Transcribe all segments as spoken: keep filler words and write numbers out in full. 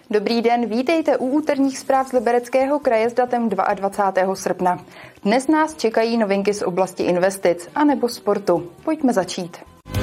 Dobrý den, vítejte u úterních zpráv z Libereckého kraje s datem dvacátého druhého srpna. Dnes nás čekají novinky z oblasti investic anebo sportu. Pojďme začít.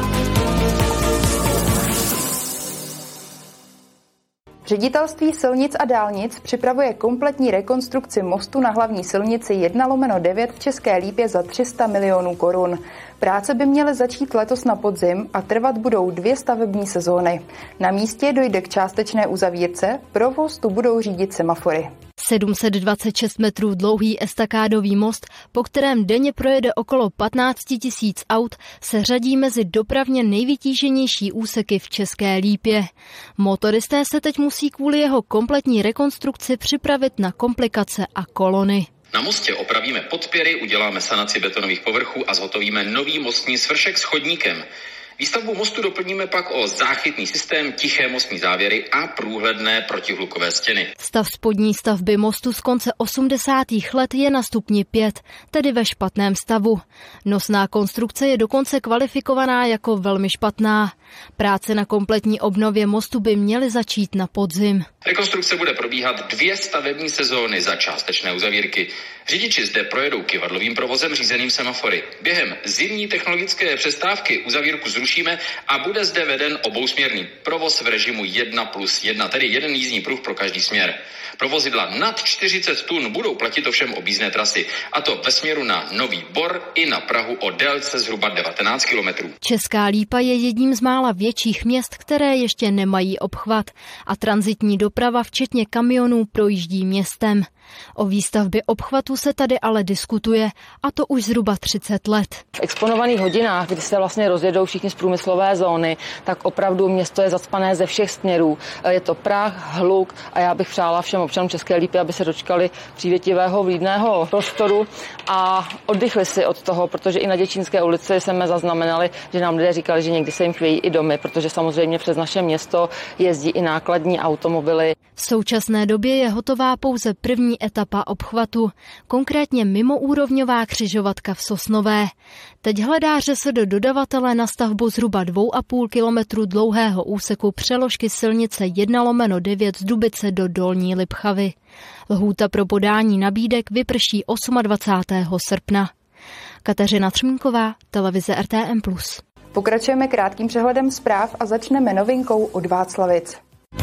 Ředitelství silnic a dálnic připravuje kompletní rekonstrukci mostu na hlavní silnici jedna lomeno devět v České Lípě za tři sta milionů korun. Práce by měly začít letos na podzim a trvat budou dvě stavební sezóny. Na místě dojde k částečné uzavírce, provoz tu budou řídit semafory. sedm set dvacet šest metrů dlouhý estakádový most, po kterém denně projede okolo patnáct tisíc aut, se řadí mezi dopravně nejvytíženější úseky v České Lípě. Motoristé se teď musí kvůli jeho kompletní rekonstrukci připravit na komplikace a kolony. Na mostě opravíme podpěry, uděláme sanaci betonových povrchů a zhotovíme nový mostní svršek s chodníkem. Výstavbu mostu doplníme pak o záchytný systém, tiché mostní závěry a průhledné protihlukové stěny. Stav spodní stavby mostu z konce osmdesátých let je na stupni pět, tedy ve špatném stavu. Nosná konstrukce je dokonce kvalifikovaná jako velmi špatná. Práce na kompletní obnově mostu by měly začít na podzim. Rekonstrukce bude probíhat dvě stavební sezóny za částečné uzavírky. Řidiči zde projedou kyvadlovým provozem řízeným semafory. Během zimní technologické přestávky uzavírku zrušíme a bude zde veden obousměrný provoz v režimu jedna plus jedna, tedy jeden jízdní pruh pro každý směr. Pro vozidla nad čtyřicet tun budou platit ovšem objízdné trasy, a to ve směru na Nový Bor i na Prahu o délce zhruba devatenáct kilometrů. Česká Lípa je jedním z mála větších měst, které ještě nemají obchvat a tranzitní doprava včetně kamionů projíždí městem. O výstavbě obchvatu se tady ale diskutuje, a to už zhruba třicet let. V exponovaných hodinách, kdy se vlastně rozjedou všichni z průmyslové zóny, tak opravdu město je zacpané ze všech směrů. Je to prach, hluk a já bych přála všem občanům České Lípy, aby se dočkali přívětivého vlídného prostoru a oddychli si od toho, protože i na Děčínské ulici jsme zaznamenali, že nám lidé říkali, že někdy se jim chvějí i domy, protože samozřejmě přes naše město jezdí i nákladní automobily. V současné době je hotová pouze první etapa obchvatu, konkrétně mimoúrovňová křižovatka v Sosnové. Teď hledá ŘSD dodavatele na stavbu zhruba dvou a půl kilometru dlouhého úseku přeložky silnice jedna lomeno devět z Dubice do Dolní Lipchavy. Lhůta pro podání nabídek vyprší dvacátého osmého srpna. Kateřina Třmínková, televize R T M plus. Pokračujeme krátkým přehledem zpráv a začneme novinkou od Václavic.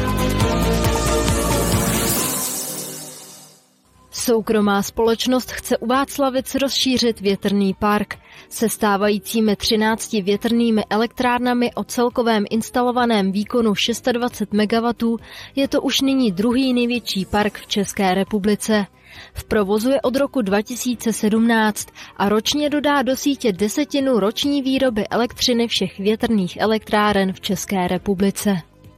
Soukromá společnost chce u Václavic rozšířit větrný park. Se stávajícími třinácti větrnými elektrárnami o celkovém instalovaném výkonu dvacet šest megawattů je to už nyní druhý největší park v České republice. V provozu je od roku dva tisíce sedmnáct a ročně dodá do sítě desetinu roční výroby elektřiny všech větrných elektráren v České republice.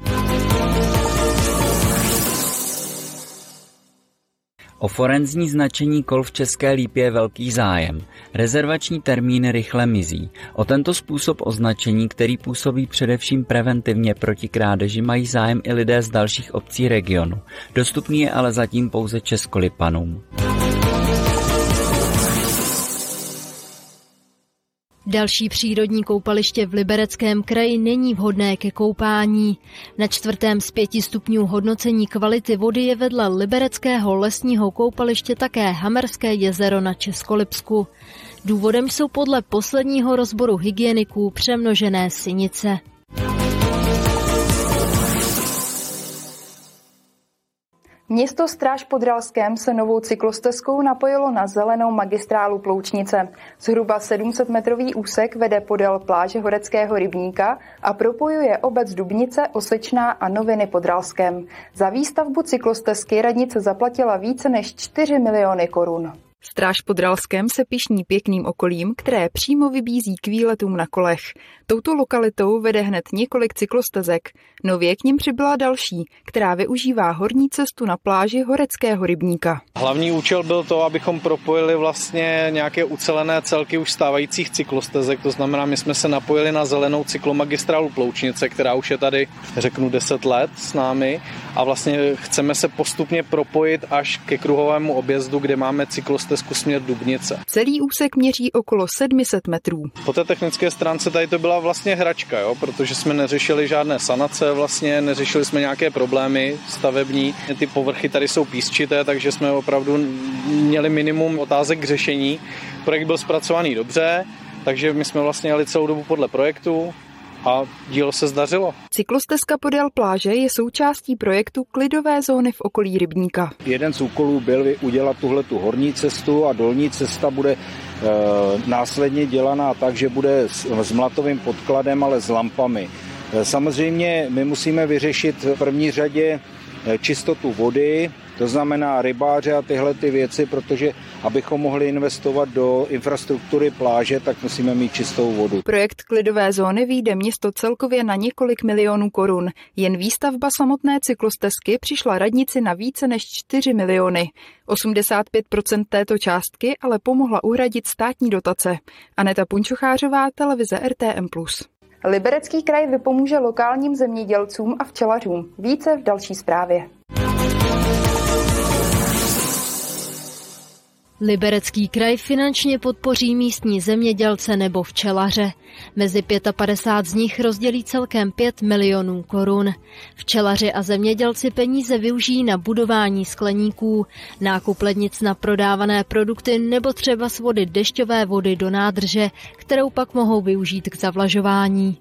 O forenzní značení kol v České Lípě je velký zájem. Rezervační termíny rychle mizí. O tento způsob označení, který působí především preventivně proti krádeži, mají zájem i lidé z dalších obcí regionu. Dostupný je ale zatím pouze Českolipanům. Další přírodní koupaliště v Libereckém kraji není vhodné ke koupání. Na čtvrtém z pěti stupňů hodnocení kvality vody je vedle Libereckého lesního koupaliště také Hamerské jezero na Českolipsku. Důvodem jsou podle posledního rozboru hygieniků přemnožené sinice. Město Stráž pod Ralském se novou cyklostezkou napojilo na zelenou magistrálu Ploučnice. Zhruba sedm set metrový úsek vede podél pláže Horeckého rybníka a propojuje obec Dubnice, Osečná a Noviny pod Ralském. Za výstavbu cyklostezky radnice zaplatila více než čtyři miliony korun. Stráž pod Ralském se pyšní pěkným okolím, které přímo vybízí k výletům na kolech. Touto lokalitou vede hned několik cyklostezek. Nově k nim přibyla další, která využívá horní cestu na pláži Horeckého rybníka. Hlavní účel byl to, abychom propojili vlastně nějaké ucelené celky už stávajících cyklostezek. To znamená, my jsme se napojili na zelenou cyklomagistrálu Ploučnice, která už je tady, řeknu, deset let s námi. A vlastně chceme se postupně propojit až ke kruhovému objezdu, kde máme cyklostezku cyklostezku směr Dubnice. Celý úsek měří okolo sedm set metrů. Po té technické stránce tady to byla vlastně hračka, jo? Protože jsme neřešili žádné sanace, vlastně neřešili jsme nějaké problémy stavební. Ty povrchy tady jsou písčité, takže jsme opravdu měli minimum otázek k řešení. Projekt byl zpracovaný dobře, takže my jsme vlastně jeli celou dobu podle projektu a dílo se zdařilo. Cyklostezka podél pláže je součástí projektu klidové zóny v okolí rybníka. Jeden z úkolů byl udělat tuhle tu horní cestu a dolní cesta bude e, následně dělaná tak, že bude s, s mlatovým podkladem, ale s lampami. E, samozřejmě my musíme vyřešit v první řadě čistotu vody, to znamená rybáře a tyhle ty věci, protože abychom mohli investovat do infrastruktury pláže, tak musíme mít čistou vodu. Projekt klidové zóny vyjde město celkově na několik milionů korun. Jen výstavba samotné cyklostezky přišla radnici na více než čtyři miliony. osmdesát pět procent této částky ale pomohla uhradit státní dotace. Aneta Punčochářová, televize R T M plus. Liberecký kraj vypomůže lokálním zemědělcům a včelařům. Více v další zprávě. Liberecký kraj finančně podpoří místní zemědělce nebo včelaře. Mezi padesát pět z nich rozdělí celkem pět milionů korun. Včelaři a zemědělci peníze využijí na budování skleníků, nákup lednic na prodávané produkty nebo třeba z vody dešťové vody do nádrže, kterou pak mohou využít k zavlažování.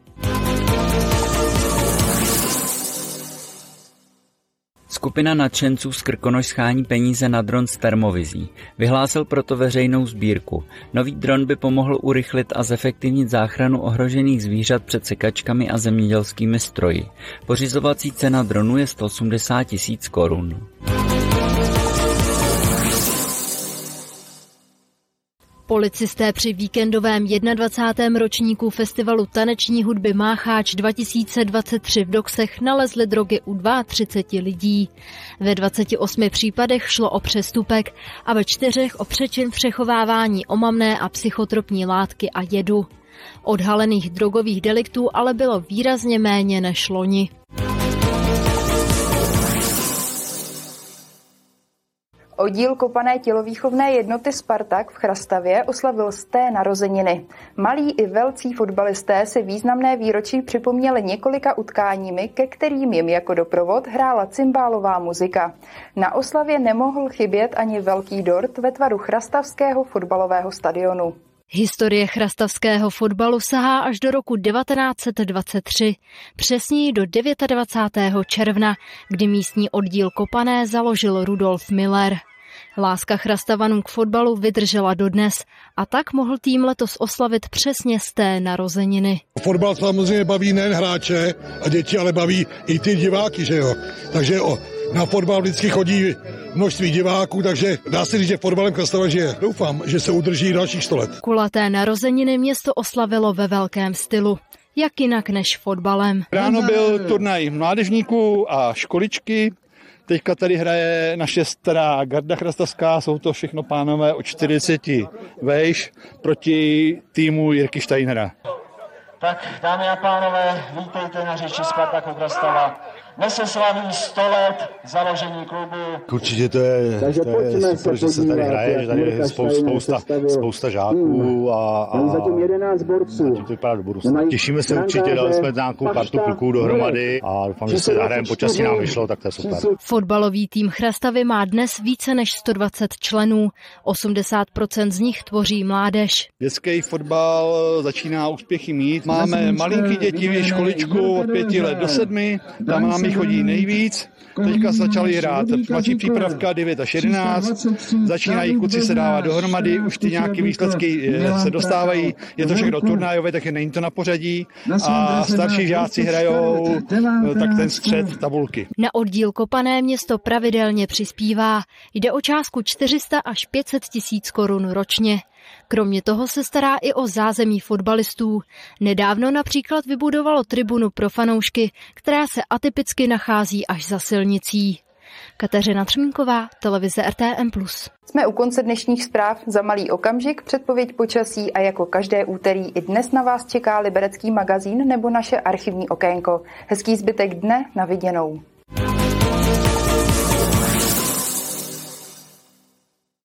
Skupina nadšenců z Krkonoš schání peníze na dron s termovizí. Vyhlásil proto veřejnou sbírku. Nový dron by pomohl urychlit a zefektivnit záchranu ohrožených zvířat před sekačkami a zemědělskými stroji. Pořizovací cena dronu je sto osmdesát tisíc korun. Policisté při víkendovém dvacátém prvním ročníku festivalu taneční hudby Mácháč dva tisíce dvacet tři v Doksech nalezli drogy u třicet dva lidí. Ve dvaceti osmi případech šlo o přestupek a ve čtyřech o přečin přechovávání omamné a psychotropní látky a jedu. Odhalených drogových deliktů ale bylo výrazně méně než loni. Oddíl kopané tělovýchovné jednoty Spartak v Chrastavě oslavil sté narozeniny. Malí i velcí fotbalisté si významné výročí připomněli několika utkáními, ke kterým jim jako doprovod hrála cymbálová muzika. Na oslavě nemohl chybět ani velký dort ve tvaru chrastavského fotbalového stadionu. Historie chrastavského fotbalu sahá až do roku devatenáct set dvacet tři, přesněji do dvacátého devátého června, kdy místní oddíl kopané založil Rudolf Miller. Láska chrastavanů k fotbalu vydržela dodnes a tak mohl tým letos oslavit přesně sté narozeniny. Fotbal samozřejmě baví nejen hráče a děti, ale baví i ty diváky, že jo. Takže o, na fotbal vždycky chodí množství diváků, takže dá se říct, že fotbalem Chrastava žije. Doufám, že se udrží dalších sto let. Kulaté narozeniny město oslavilo ve velkém stylu. Jak jinak než fotbalem. Ráno byl turnaj mládežníků a školičky. Teďka tady hraje naše stará garda chrastavská, jsou to všechno pánové o čtyřiceti vejš proti týmu Jirky Steinera. Tak, dámy a pánové, vítejte na řeči Spartaku Chrastava. Dnes se slaví sto let založení klubu. Určitě to je, to je super, že se tady hraje, že tady je spousta, spousta, spousta žáků a, a zatím jedenáct borců. Zatím to vypadá do budoucna. Těšíme se určitě, dali jsme nějakou partu kluků dohromady a doufám, že se zahrajeme, počasí nám vyšlo, tak to je super. Fotbalový tým Chrastavy má dnes více než sto dvacet členů, osmdesát procent z nich tvoří mládež. Dětský fotbal začíná úspěchy mít. Máme malinký děti, školičku od pěti let do sedmi, tam nám jich chodí nejvíc. Teďka začali hrát mladší přípravka devět až jedenáct, začínají kluci se dávat dohromady, už ty nějaké výsledky se dostávají, je to všechno turnajové, takže není to na pořadí a starší žáci hrajou tak ten střed tabulky. Na oddíl kopané město pravidelně přispívá, jde o částku čtyři sta až pět set tisíc korun ročně. Kromě toho se stará i o zázemí fotbalistů. Nedávno například vybudovalo tribunu pro fanoušky, která se atypicky nachází až za silnicí. Kateřina Třmínková, televize R T M plus. Jsme u konce dnešních zpráv, za malý okamžik předpověď počasí a jako každé úterý i dnes na vás čeká Liberecký magazín nebo naše archivní okénko. Hezký zbytek dne, na viděnou.